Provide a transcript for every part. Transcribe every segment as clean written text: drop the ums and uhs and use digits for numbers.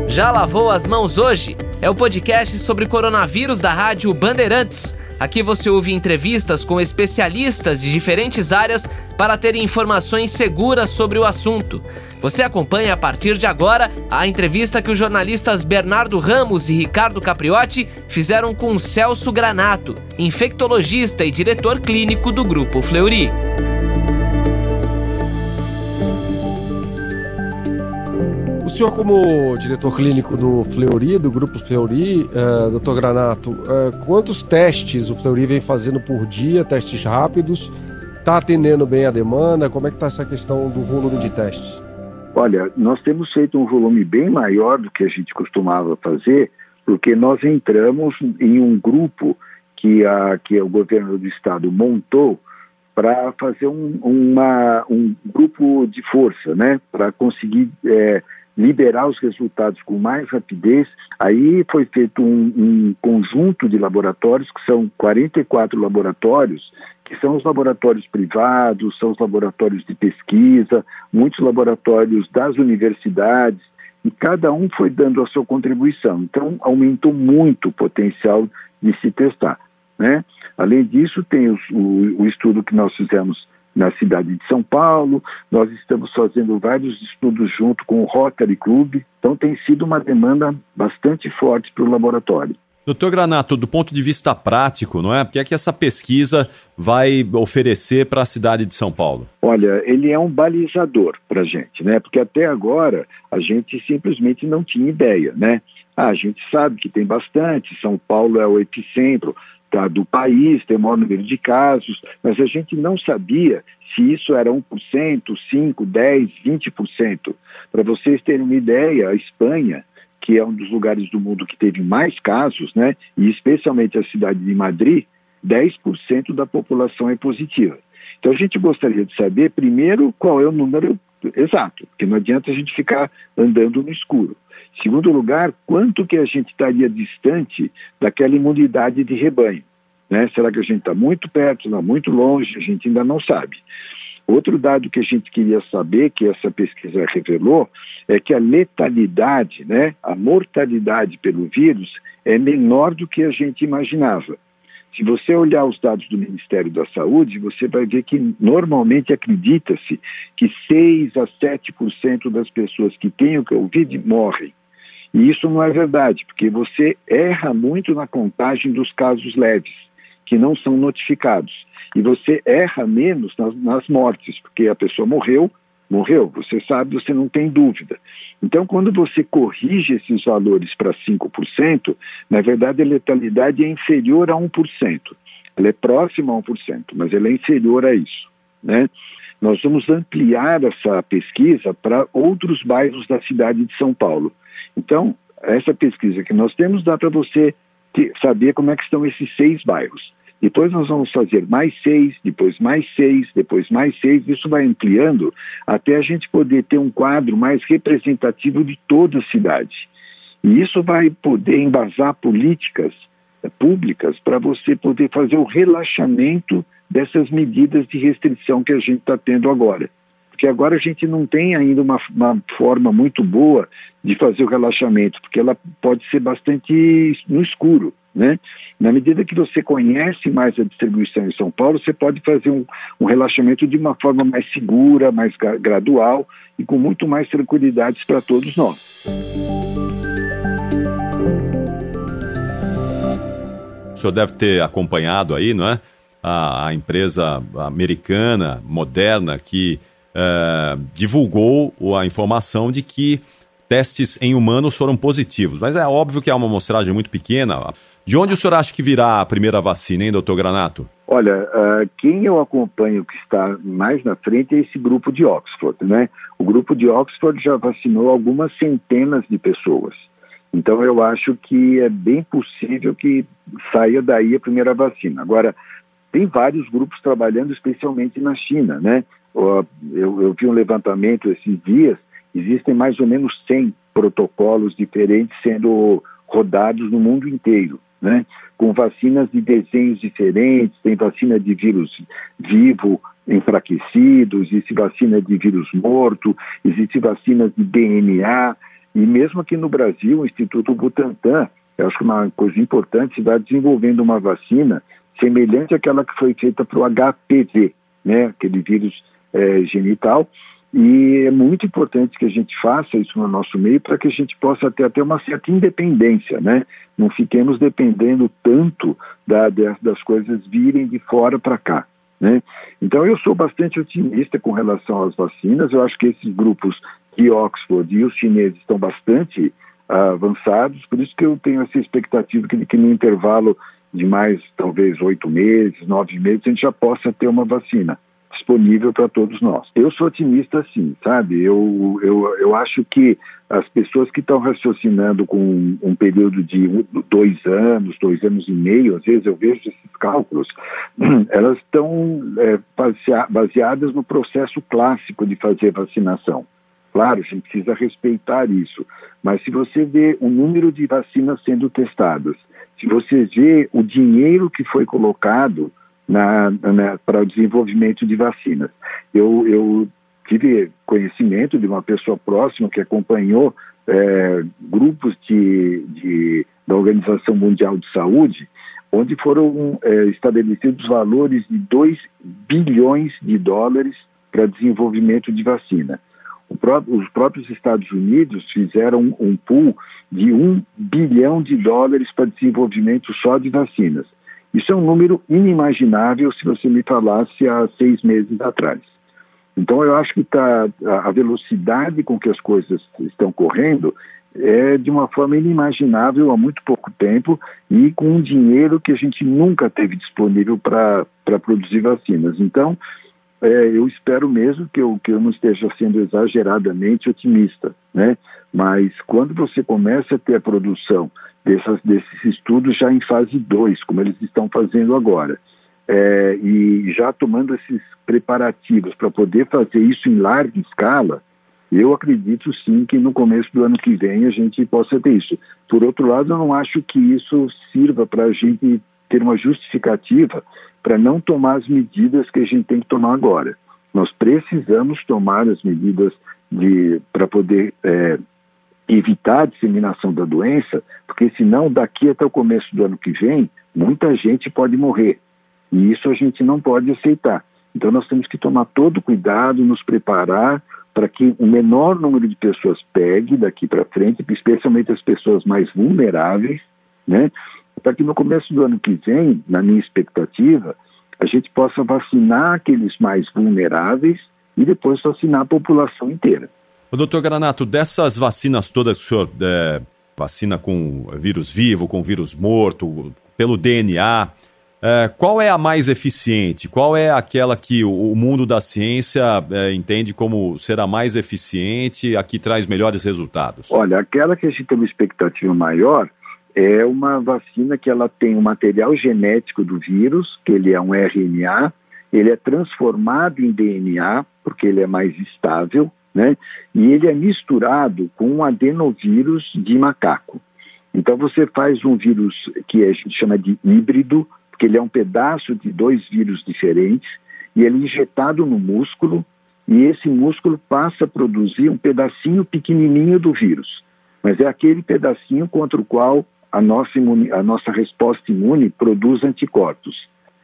Já lavou as mãos hoje? É o podcast sobre coronavírus da Rádio Bandeirantes. Aqui você ouve entrevistas com especialistas de diferentes áreas para ter informações seguras sobre o assunto. Você acompanha a partir de agora a entrevista que os jornalistas Bernardo Ramos e Ricardo Capriotti fizeram com Celso Granato, infectologista e diretor clínico do Grupo Fleury. O senhor, como diretor clínico do Fleury, do Grupo Fleury, Dr. Granato, quantos testes o Fleury vem fazendo por dia, testes rápidos? Está atendendo bem a demanda? Como é que está essa questão do volume de testes? Olha, nós temos feito um volume bem maior do que a gente costumava fazer, porque nós entramos em um grupo que o governo do estado montou para fazer um grupo de força, né? Para conseguir liberar os resultados com mais rapidez. Aí foi feito um conjunto de laboratórios, que são 44 laboratórios, que são os laboratórios privados, são os laboratórios de pesquisa, muitos laboratórios das universidades, e cada um foi dando a sua contribuição. Então, aumentou muito o potencial de se testar, né? Além disso, tem o estudo que nós fizemos na cidade de São Paulo, nós estamos fazendo vários estudos junto com o Rotary Club, então tem sido uma demanda bastante forte para o laboratório. Doutor Granato, do ponto de vista prático, não é? O que é que essa pesquisa vai oferecer para a cidade de São Paulo? Olha, ele é um balizador para a gente, né? Porque até agora a gente simplesmente não tinha ideia, né? A gente sabe que tem bastante, São Paulo é o epicentro do país, tem o maior número de casos, mas a gente não sabia se isso era 1%, 5%, 10%, 20%. Para vocês terem uma ideia, a Espanha, que é um dos lugares do mundo que teve mais casos, né, e especialmente a cidade de Madrid, 10% da população é positiva. Então a gente gostaria de saber, primeiro, qual é o número exato, porque não adianta a gente ficar andando no escuro. Segundo lugar, quanto que a gente estaria distante daquela imunidade de rebanho, né? Será que a gente está muito perto, está muito longe? A gente ainda não sabe. Outro dado que a gente queria saber, que essa pesquisa revelou, é que a letalidade, né, a mortalidade pelo vírus é menor do que a gente imaginava. Se você olhar os dados do Ministério da Saúde, você vai ver que normalmente acredita-se que 6 a 7% das pessoas que têm o Covid morrem. E isso não é verdade, porque você erra muito na contagem dos casos leves, que não são notificados. E você erra menos nas mortes, porque a pessoa morreu, você sabe, você não tem dúvida. Então, quando você corrige esses valores para 5%, na verdade a letalidade é inferior a 1%. Ela é próxima a 1%, mas ela é inferior a isso, né? Nós vamos ampliar essa pesquisa para outros bairros da cidade de São Paulo. Então, essa pesquisa que nós temos dá para você saber como é que estão esses 6 bairros. Depois nós vamos fazer mais 6, depois mais 6, depois mais 6. Isso vai ampliando até a gente poder ter um quadro mais representativo de toda a cidade. E isso vai poder embasar políticas públicas para você poder fazer o relaxamento dessas medidas de restrição que a gente está tendo agora. Porque agora a gente não tem ainda uma forma muito boa de fazer o relaxamento, porque ela pode ser bastante no escuro, né? Na medida que você conhece mais a distribuição em São Paulo, você pode fazer um relaxamento de uma forma mais segura, mais gradual e com muito mais tranquilidade para todos nós. O senhor deve ter acompanhado aí, não é? A empresa americana, Moderna, que divulgou a informação de que testes em humanos foram positivos. Mas é óbvio que é uma amostragem muito pequena. De onde o senhor acha que virá a primeira vacina, hein, doutor Granato? Olha, quem eu acompanho que está mais na frente é esse grupo de Oxford, né? O grupo de Oxford já vacinou algumas centenas de pessoas. Então eu acho que é bem possível que saia daí a primeira vacina. Agora, tem vários grupos trabalhando especialmente na China, né? Eu vi um levantamento esses dias, existem mais ou menos 100 protocolos diferentes sendo rodados no mundo inteiro, né? Com vacinas de desenhos diferentes, tem vacina de vírus vivo enfraquecido, existe vacina de vírus morto, existe vacina de DNA, E mesmo aqui no Brasil, o Instituto Butantan, eu acho que uma coisa importante, está desenvolvendo uma vacina semelhante àquela que foi feita para o HPV, né, aquele vírus genital, e é muito importante que a gente faça isso no nosso meio para que a gente possa ter até uma certa independência, né? Não fiquemos dependendo tanto das coisas virem de fora para cá, né? Então eu sou bastante otimista com relação às vacinas. Eu acho que esses grupos de Oxford e os chineses estão bastante avançados, por isso que eu tenho essa expectativa que no intervalo de mais talvez 8 meses, 9 meses, a gente já possa ter uma vacina disponível para todos nós. Eu sou otimista sim, sabe? Eu acho que as pessoas que estão raciocinando com um período de 2 anos, 2 anos e meio, às vezes eu vejo esses cálculos, elas estão baseadas no processo clássico de fazer vacinação. Claro, a gente precisa respeitar isso, mas se você vê o número de vacinas sendo testadas, se você vê o dinheiro que foi colocado para o desenvolvimento de vacinas. Eu tive conhecimento de uma pessoa próxima que acompanhou grupos da Organização Mundial de Saúde, onde foram estabelecidos valores de 2 bilhões de dólares para desenvolvimento de vacina. Os próprios Estados Unidos fizeram um pool de 1 bilhão de dólares para desenvolvimento só de vacinas. Isso é um número inimaginável se você me falasse há 6 meses atrás. Então, eu acho que a velocidade com que as coisas estão correndo é de uma forma inimaginável há muito pouco tempo e com um dinheiro que a gente nunca teve disponível para produzir vacinas. Então, eu espero mesmo que eu não esteja sendo exageradamente otimista, né? Mas quando você começa a ter a produção desses estudos já em fase 2, como eles estão fazendo agora, e já tomando esses preparativos para poder fazer isso em larga escala, eu acredito sim que no começo do ano que vem a gente possa ter isso. Por outro lado, eu não acho que isso sirva para a gente ter uma justificativa para não tomar as medidas que a gente tem que tomar agora. Nós precisamos tomar as medidas para poder evitar a disseminação da doença, porque senão daqui até o começo do ano que vem, muita gente pode morrer. E isso a gente não pode aceitar. Então nós temos que tomar todo o cuidado, nos preparar para que o menor número de pessoas pegue daqui para frente, especialmente as pessoas mais vulneráveis, né? Para que no começo do ano que vem, na minha expectativa, a gente possa vacinar aqueles mais vulneráveis e depois vacinar a população inteira. O doutor Granato, dessas vacinas todas que o senhor vacina com vírus vivo, com vírus morto, pelo DNA, qual é a mais eficiente? Qual é aquela que o mundo da ciência entende como ser a mais eficiente, a que traz melhores resultados? Olha, aquela que a gente tem uma expectativa maior é uma vacina que ela tem o material genético do vírus, que ele é um RNA, ele é transformado em DNA, porque ele é mais estável, né? E ele é misturado com um adenovírus de macaco. Então você faz um vírus que a gente chama de híbrido, porque ele é um pedaço de 2 vírus diferentes, e ele é injetado no músculo, e esse músculo passa a produzir um pedacinho pequenininho do vírus. Mas é aquele pedacinho contra o qual a nossa resposta imune produz anticorpos.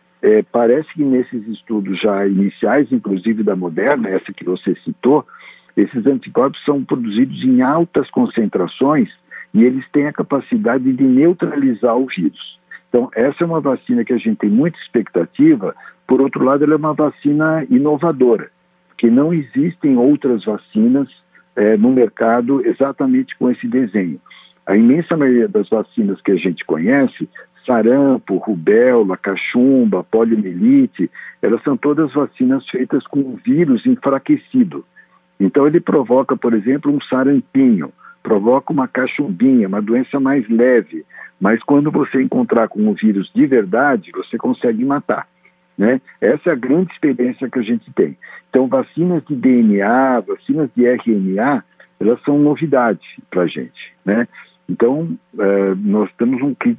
Parece que nesses estudos já iniciais, inclusive da Moderna, essa que você citou, esses anticorpos são produzidos em altas concentrações e eles têm a capacidade de neutralizar o vírus. Então, essa é uma vacina que a gente tem muita expectativa. Por outro lado, ela é uma vacina inovadora, porque não existem outras vacinas no mercado exatamente com esse desenho. A imensa maioria das vacinas que a gente conhece, sarampo, rubéola, cachumba, poliomielite, elas são todas vacinas feitas com um vírus enfraquecido. Então ele provoca, por exemplo, um sarampinho, provoca uma cachumbinha, uma doença mais leve, mas quando você encontrar com um vírus de verdade, você consegue matar, né? Essa é a grande experiência que a gente tem. Então vacinas de DNA, vacinas de RNA, elas são novidade para a gente, né? Então, nós temos que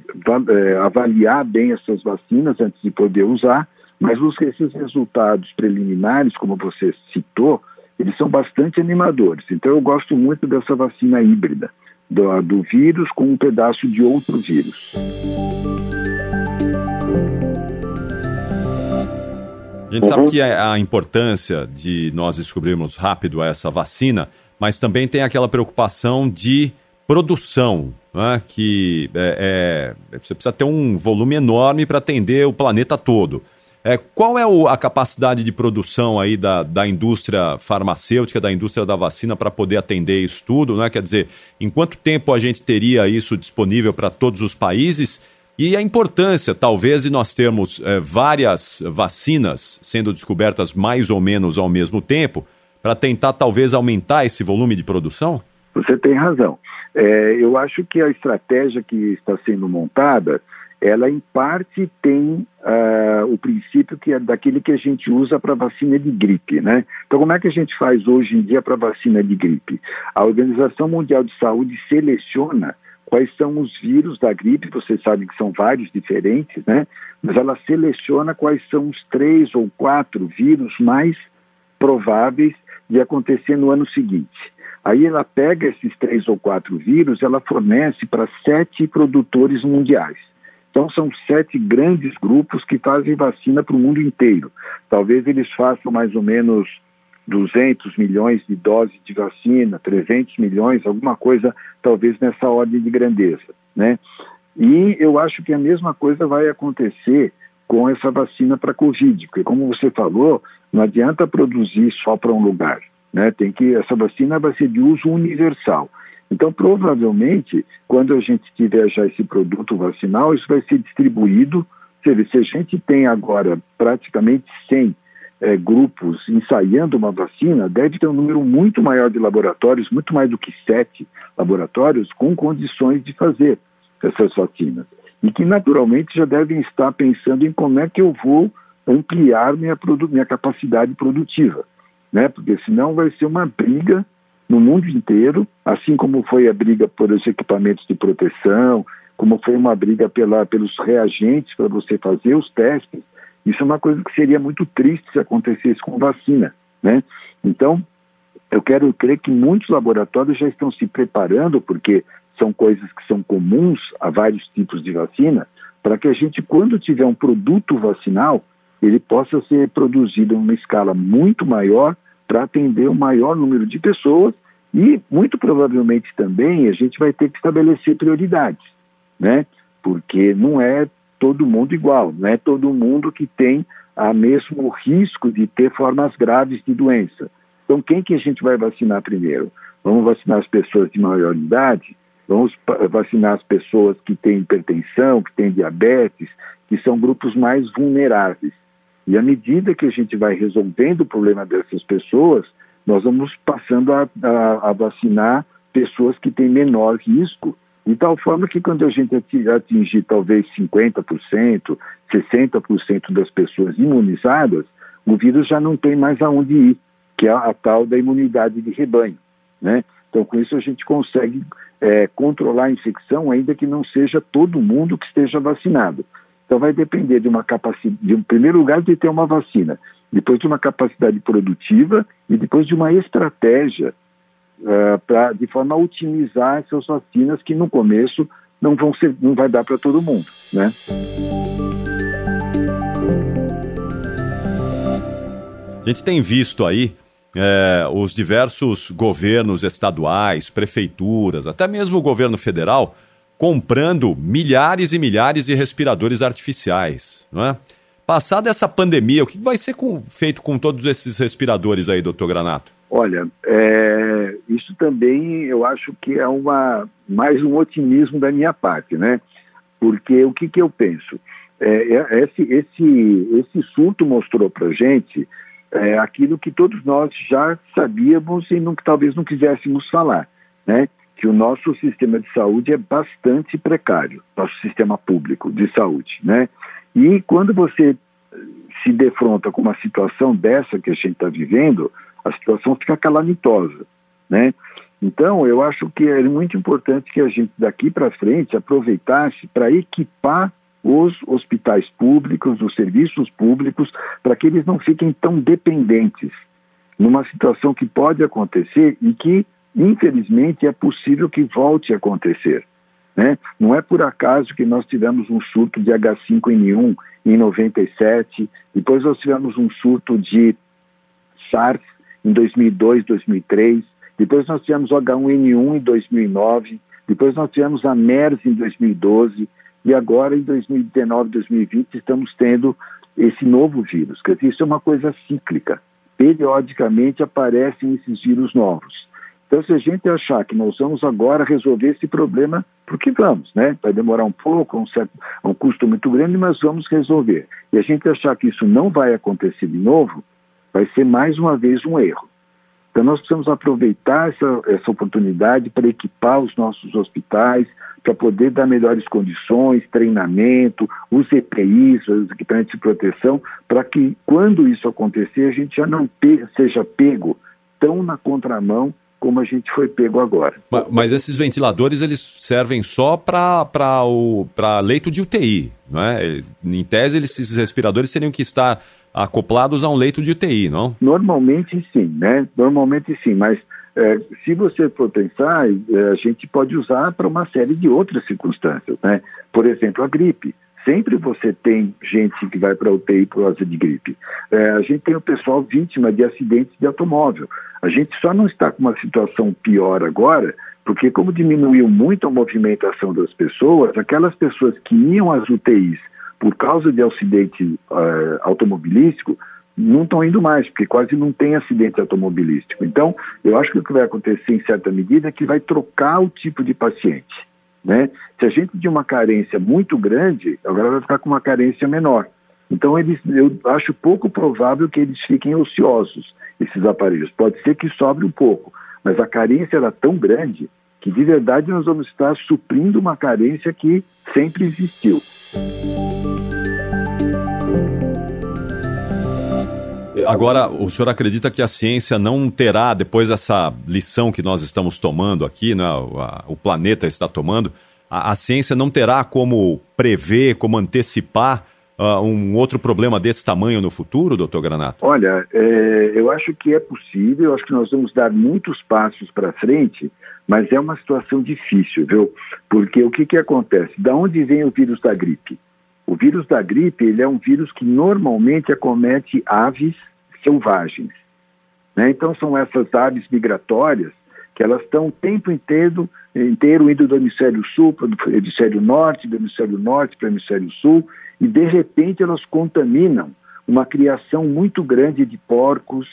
avaliar bem essas vacinas antes de poder usar, mas esses resultados preliminares, como você citou, eles são bastante animadores. Então eu gosto muito dessa vacina híbrida, do vírus com um pedaço de outro vírus. A gente sabe que a importância de nós descobrirmos rápido essa vacina, mas também tem aquela preocupação de produção, né? Que você precisa ter um volume enorme para atender o planeta todo. Qual é a capacidade de produção aí da indústria farmacêutica, da indústria da vacina para poder atender isso tudo, né? Quer dizer, em quanto tempo a gente teria isso disponível para todos os países? E a importância, talvez, de nós termos várias vacinas sendo descobertas mais ou menos ao mesmo tempo, para tentar, talvez, aumentar esse volume de produção? Você tem razão. Eu acho que a estratégia que está sendo montada, ela, em parte, tem o princípio que é daquele que a gente usa para vacina de gripe, né? Então, como é que a gente faz hoje em dia para vacina de gripe? A Organização Mundial de Saúde seleciona quais são os vírus da gripe, vocês sabem que são vários diferentes, né? Mas ela seleciona quais são os 3 ou 4 vírus mais prováveis de acontecer no ano seguinte. Aí ela pega esses 3 ou 4 vírus, ela fornece para 7 produtores mundiais. Então são 7 grandes grupos que fazem vacina para o mundo inteiro. Talvez eles façam mais ou menos 200 milhões de doses de vacina, 300 milhões, alguma coisa talvez nessa ordem de grandeza, né? E eu acho que a mesma coisa vai acontecer com essa vacina para Covid, porque como você falou, não adianta produzir só para um lugar, né? Essa vacina vai ser de uso universal. Então, provavelmente, quando a gente tiver já esse produto vacinal, isso vai ser distribuído. Se a gente tem agora praticamente 100 grupos ensaiando uma vacina, deve ter um número muito maior de laboratórios, muito mais do que 7 laboratórios, com condições de fazer essas vacinas. E que, naturalmente, já devem estar pensando em como é que eu vou ampliar minha capacidade produtiva, né? Porque senão vai ser uma briga no mundo inteiro, assim como foi a briga pelos equipamentos de proteção, como foi uma briga pelos reagentes para você fazer os testes. Isso é uma coisa que seria muito triste se acontecesse com vacina, né? Então, eu quero crer que muitos laboratórios já estão se preparando, porque são coisas que são comuns a vários tipos de vacina, para que a gente, quando tiver um produto vacinal, ele possa ser produzido em uma escala muito maior para atender o maior número de pessoas e, muito provavelmente também, a gente vai ter que estabelecer prioridades, né? Porque não é todo mundo igual, não é todo mundo que tem o mesmo risco de ter formas graves de doença. Então, quem que a gente vai vacinar primeiro? Vamos vacinar as pessoas de maior idade? Vamos vacinar as pessoas que têm hipertensão, que têm diabetes, que são grupos mais vulneráveis. E à medida que a gente vai resolvendo o problema dessas pessoas, nós vamos passando a vacinar pessoas que têm menor risco, de tal forma que quando a gente atingir talvez 50%, 60% das pessoas imunizadas, o vírus já não tem mais aonde ir, que é a tal da imunidade de rebanho, né? Então, com isso a gente consegue controlar a infecção, ainda que não seja todo mundo que esteja vacinado. Então, vai depender de uma capacidade, em primeiro lugar, de ter uma vacina, depois de uma capacidade produtiva e depois de uma estratégia de forma a otimizar essas vacinas que no começo não vai dar para todo mundo, né? A gente tem visto aí os diversos governos estaduais, prefeituras, até mesmo o governo federal, comprando milhares e milhares de respiradores artificiais, não é? Passada essa pandemia, o que vai ser feito com todos esses respiradores aí, doutor Granato? Olha, isso também eu acho que é mais um otimismo da minha parte, né? Porque o que eu penso? Esse surto mostrou para a gente aquilo que todos nós já sabíamos e talvez não quiséssemos falar, né? Que o nosso sistema de saúde é bastante precário, nosso sistema público de saúde, né? E quando você se defronta com uma situação dessa que a gente está vivendo, a situação fica calamitosa, né? Então, eu acho que é muito importante que a gente, daqui para frente, aproveitasse para equipar os hospitais públicos, os serviços públicos, para que eles não fiquem tão dependentes numa situação que pode acontecer e que, infelizmente, é possível que volte a acontecer, né? Não é por acaso que nós tivemos um surto de H5N1 em 97, depois nós tivemos um surto de SARS em 2002, 2003, depois nós tivemos o H1N1 em 2009, depois nós tivemos a MERS em 2012 e agora em 2019, 2020 estamos tendo esse novo vírus. Quer dizer, isso é uma coisa cíclica. Periodicamente aparecem esses vírus novos. Então, se a gente achar que nós vamos agora resolver esse problema, porque vamos, né? Vai demorar um pouco, um custo muito grande, mas vamos resolver. E a gente achar que isso não vai acontecer de novo, vai ser mais uma vez um erro. Então, nós precisamos aproveitar essa oportunidade para equipar os nossos hospitais, para poder dar melhores condições, treinamento, os EPIs, os equipamentos de proteção, para que, quando isso acontecer, a gente já não seja pego tão na contramão como a gente foi pego agora. Mas esses ventiladores, eles servem só para leito de UTI, não é? Em tese, esses respiradores teriam que estar acoplados a um leito de UTI, não? Normalmente sim, né? Normalmente sim, mas se você for pensar, a gente pode usar para uma série de outras circunstâncias, né? Por exemplo, a gripe. Sempre você tem gente que vai para a UTI por causa de gripe. A gente tem o pessoal vítima de acidentes de automóvel. A gente só não está com uma situação pior agora, porque como diminuiu muito a movimentação das pessoas, aquelas pessoas que iam às UTIs por causa de acidente automobilístico, não estão indo mais, porque quase não tem acidente automobilístico. Então, eu acho que o que vai acontecer em certa medida é que vai trocar o tipo de paciente, né? Se a gente tinha uma carência muito grande, agora vai ficar com uma carência menor. Então, eu acho pouco provável que eles fiquem ociosos, esses aparelhos. Pode ser que sobre um pouco, mas a carência era tão grande que, de verdade, nós vamos estar suprindo uma carência que sempre existiu. Agora, o senhor acredita que a ciência não terá, depois dessa lição que nós estamos tomando aqui, né, o planeta está tomando, a ciência não terá como prever, como antecipar um outro problema desse tamanho no futuro, doutor Granato? Olha, eu acho que é possível, eu acho que nós vamos dar muitos passos para frente, mas é uma situação difícil, viu? Porque o que acontece? Da onde vem o vírus da gripe? O vírus da gripe, ele é um vírus que normalmente acomete aves selvagens, né? Então são essas aves migratórias que elas estão o tempo inteiro indo do hemisfério sul para o hemisfério norte, do hemisfério norte para o hemisfério sul, e de repente elas contaminam uma criação muito grande de porcos,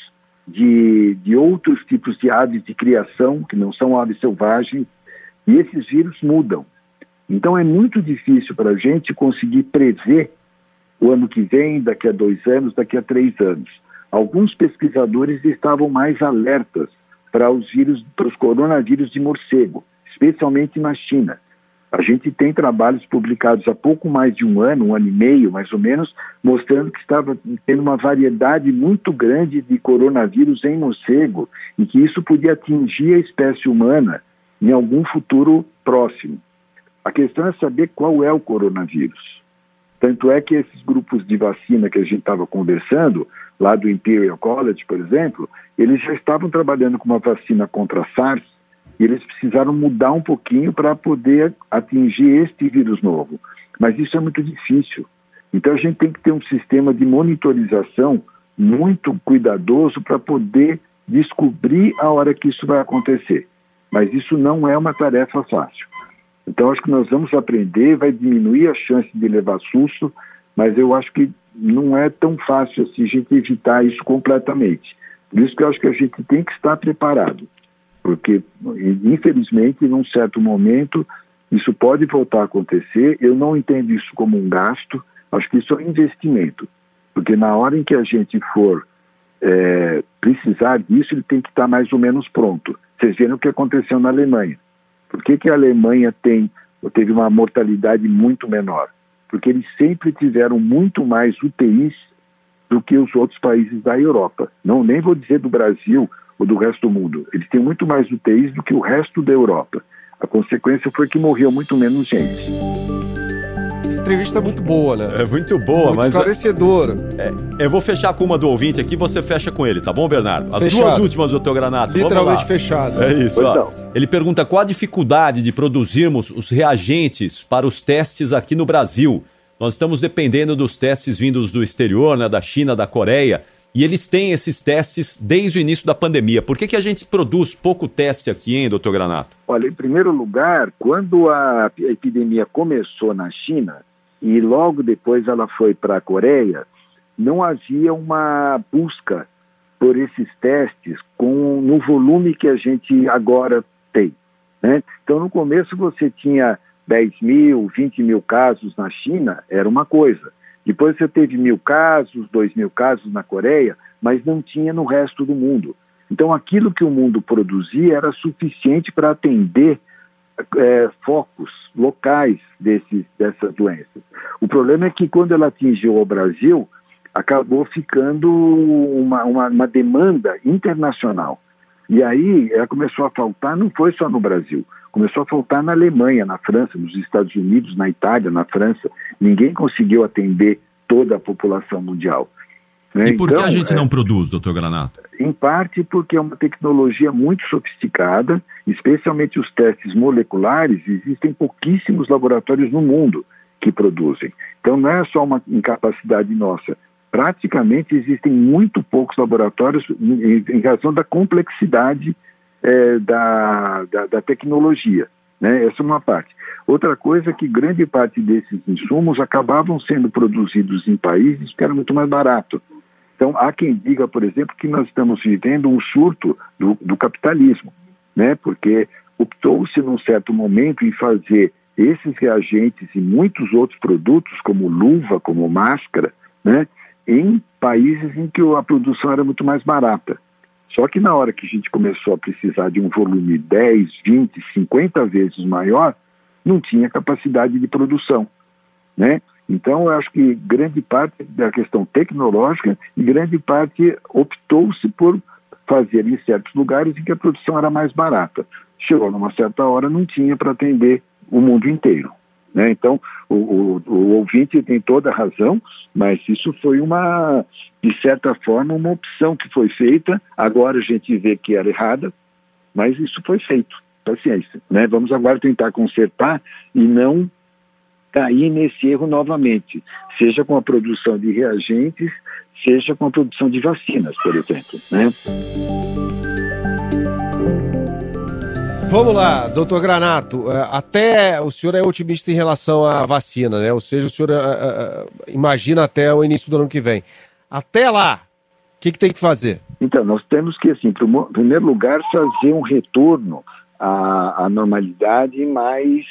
de outros tipos de aves de criação, que não são aves selvagens, e esses vírus mudam. Então é muito difícil para a gente conseguir prever o ano que vem, daqui a 2 anos, daqui a 3 anos. Alguns pesquisadores estavam mais alertas para os coronavírus de morcego, especialmente na China. A gente tem trabalhos publicados há pouco mais de um ano e meio, mais ou menos, mostrando que estava tendo uma variedade muito grande de coronavírus em morcego e que isso podia atingir a espécie humana em algum futuro próximo. A questão é saber qual é o coronavírus. Tanto é que esses grupos de vacina que a gente estava conversando, lá do Imperial College, por exemplo, eles já estavam trabalhando com uma vacina contra a SARS e eles precisaram mudar um pouquinho para poder atingir este vírus novo. Mas isso é muito difícil. Então a gente tem que ter um sistema de monitorização muito cuidadoso para poder descobrir a hora que isso vai acontecer. Mas isso não é uma tarefa fácil. Então, acho que nós vamos aprender, vai diminuir a chance de levar susto, mas eu acho que não é tão fácil assim a gente evitar isso completamente. Por isso que eu acho que a gente tem que estar preparado, porque, infelizmente, num certo momento, isso pode voltar a acontecer. Eu não entendo isso como um gasto, acho que isso é um investimento, porque na hora em que a gente for precisar disso, ele tem que estar mais ou menos pronto. Vocês viram o que aconteceu na Alemanha. Por que a Alemanha teve uma mortalidade muito menor? Porque eles sempre tiveram muito mais UTIs do que os outros países da Europa. Não, nem vou dizer do Brasil ou do resto do mundo. Eles têm muito mais UTIs do que o resto da Europa. A consequência foi que morreu muito menos gente. entrevista muito boa, né? É muito boa, muito mas... esclarecedora. Eu vou fechar com uma do ouvinte aqui, você fecha com ele, tá bom, Bernardo? As Fechado. duas últimas, doutor Granato. Literalmente fechado. É isso, ó. Ele pergunta qual a dificuldade de produzirmos os reagentes para os testes aqui no Brasil. Nós estamos dependendo dos testes vindos do exterior, né, da China, da Coreia, e eles têm esses testes desde o início da pandemia. Por que a gente produz pouco teste aqui, hein, doutor Granato? Olha, em primeiro lugar, quando a epidemia começou na China e logo depois ela foi para a Coreia, não havia uma busca por esses testes no volume que a gente agora tem, né? Então, no começo você tinha 10 mil, 20 mil casos na China, era uma coisa. Depois você teve 1.000 casos, 2.000 casos na Coreia, mas não tinha no resto do mundo. Então, aquilo que o mundo produzia era suficiente para atender focos locais dessas doenças. O problema é que quando ela atingiu o Brasil, acabou ficando uma demanda internacional. E aí ela começou a faltar, não foi só no Brasil, começou a faltar na Alemanha, na França, nos Estados Unidos, na Itália, na França. Ninguém conseguiu atender toda a população mundial. Né? E por que a gente não produz, doutor Granato? Em parte porque é uma tecnologia muito sofisticada, especialmente os testes moleculares, existem pouquíssimos laboratórios no mundo que produzem. Então não é só uma incapacidade nossa. Praticamente existem muito poucos laboratórios em razão da complexidade da tecnologia, né? Essa é uma parte. Outra coisa é que grande parte desses insumos acabavam sendo produzidos em países que eram muito mais barato. Então, há quem diga, por exemplo, que nós estamos vivendo um surto do capitalismo, né? Porque optou-se num certo momento em fazer esses reagentes e muitos outros produtos, como luva, como máscara, né? Em países em que a produção era muito mais barata. Só que na hora que a gente começou a precisar de um volume 10, 20, 50 vezes maior, não tinha capacidade de produção, né? Então, eu acho que grande parte da questão tecnológica e grande parte optou-se por fazer em certos lugares em que a produção era mais barata. Chegou numa certa hora, não tinha para atender o mundo inteiro, né? Então, o ouvinte tem toda a razão, mas isso foi de certa forma, uma opção que foi feita. Agora a gente vê que era errada, mas isso foi feito. Paciência, né? Vamos agora tentar consertar e não cair nesse erro novamente, seja com a produção de reagentes, seja com a produção de vacinas, por exemplo, né? Vamos lá, doutor Granato, até o senhor é otimista em relação à vacina, né? Ou seja, o senhor imagina até o início do ano que vem. Até lá, o que tem que fazer? Então, nós temos que, assim, em primeiro lugar, fazer um retorno à normalidade mais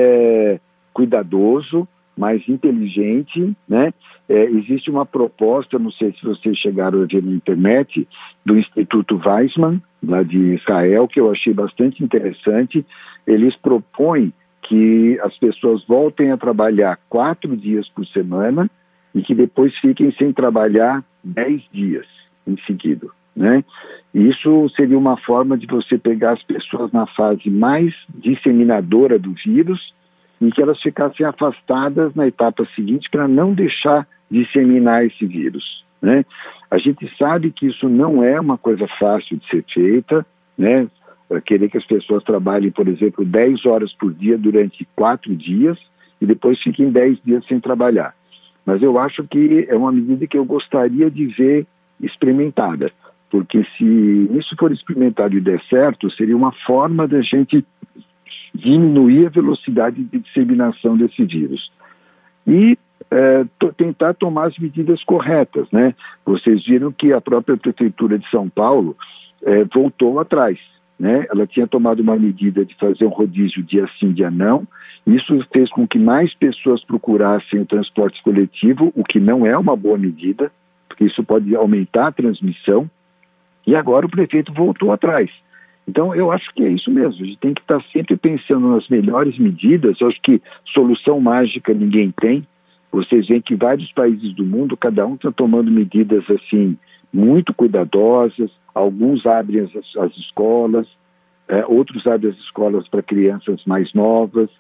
cuidadoso, mais inteligente, né? Existe uma proposta, não sei se vocês chegaram a ver na internet, do Instituto Weizmann, lá de Israel, que eu achei bastante interessante. Eles propõem que as pessoas voltem a trabalhar 4 dias por semana e que depois fiquem sem trabalhar 10 dias em seguida, né? Isso seria uma forma de você pegar as pessoas na fase mais disseminadora do vírus e que elas ficassem afastadas na etapa seguinte para não deixar disseminar esse vírus, né? A gente sabe que isso não é uma coisa fácil de ser feita, né? Querer que as pessoas trabalhem, por exemplo, 10 horas por dia durante 4 dias e depois fiquem 10 dias sem trabalhar. Mas eu acho que é uma medida que eu gostaria de ver experimentada, porque se isso for experimentado e der certo, seria uma forma da gente diminuir a velocidade de disseminação desse vírus. E tentar tomar as medidas corretas, né? Vocês viram que a própria Prefeitura de São Paulo voltou atrás, né? Ela tinha tomado uma medida de fazer um rodízio dia sim, dia não. Isso fez com que mais pessoas procurassem o transporte coletivo, o que não é uma boa medida, porque isso pode aumentar a transmissão. E agora o prefeito voltou atrás. Então, eu acho que é isso mesmo. A gente tem que estar sempre pensando nas melhores medidas. Eu acho que solução mágica ninguém tem. Vocês veem que vários países do mundo, cada um está tomando medidas assim muito cuidadosas. Alguns abrem as escolas, outros abrem as escolas para crianças mais novas,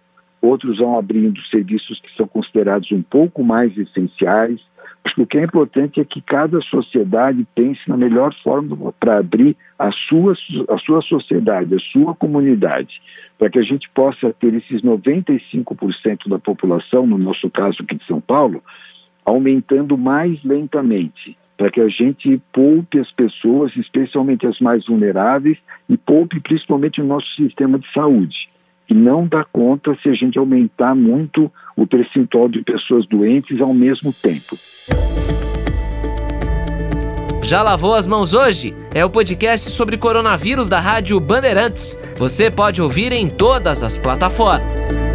outros vão abrindo serviços que são considerados um pouco mais essenciais. Acho que o que é importante é que cada sociedade pense na melhor forma para abrir a sua sociedade, a sua comunidade, para que a gente possa ter esses 95% da população, no nosso caso aqui de São Paulo, aumentando mais lentamente, para que a gente poupe as pessoas, especialmente as mais vulneráveis, e poupe principalmente o nosso sistema de saúde, que não dá conta se a gente aumentar muito o percentual de pessoas doentes ao mesmo tempo. Já lavou as mãos hoje? É o podcast sobre coronavírus da Rádio Bandeirantes. Você pode ouvir em todas as plataformas.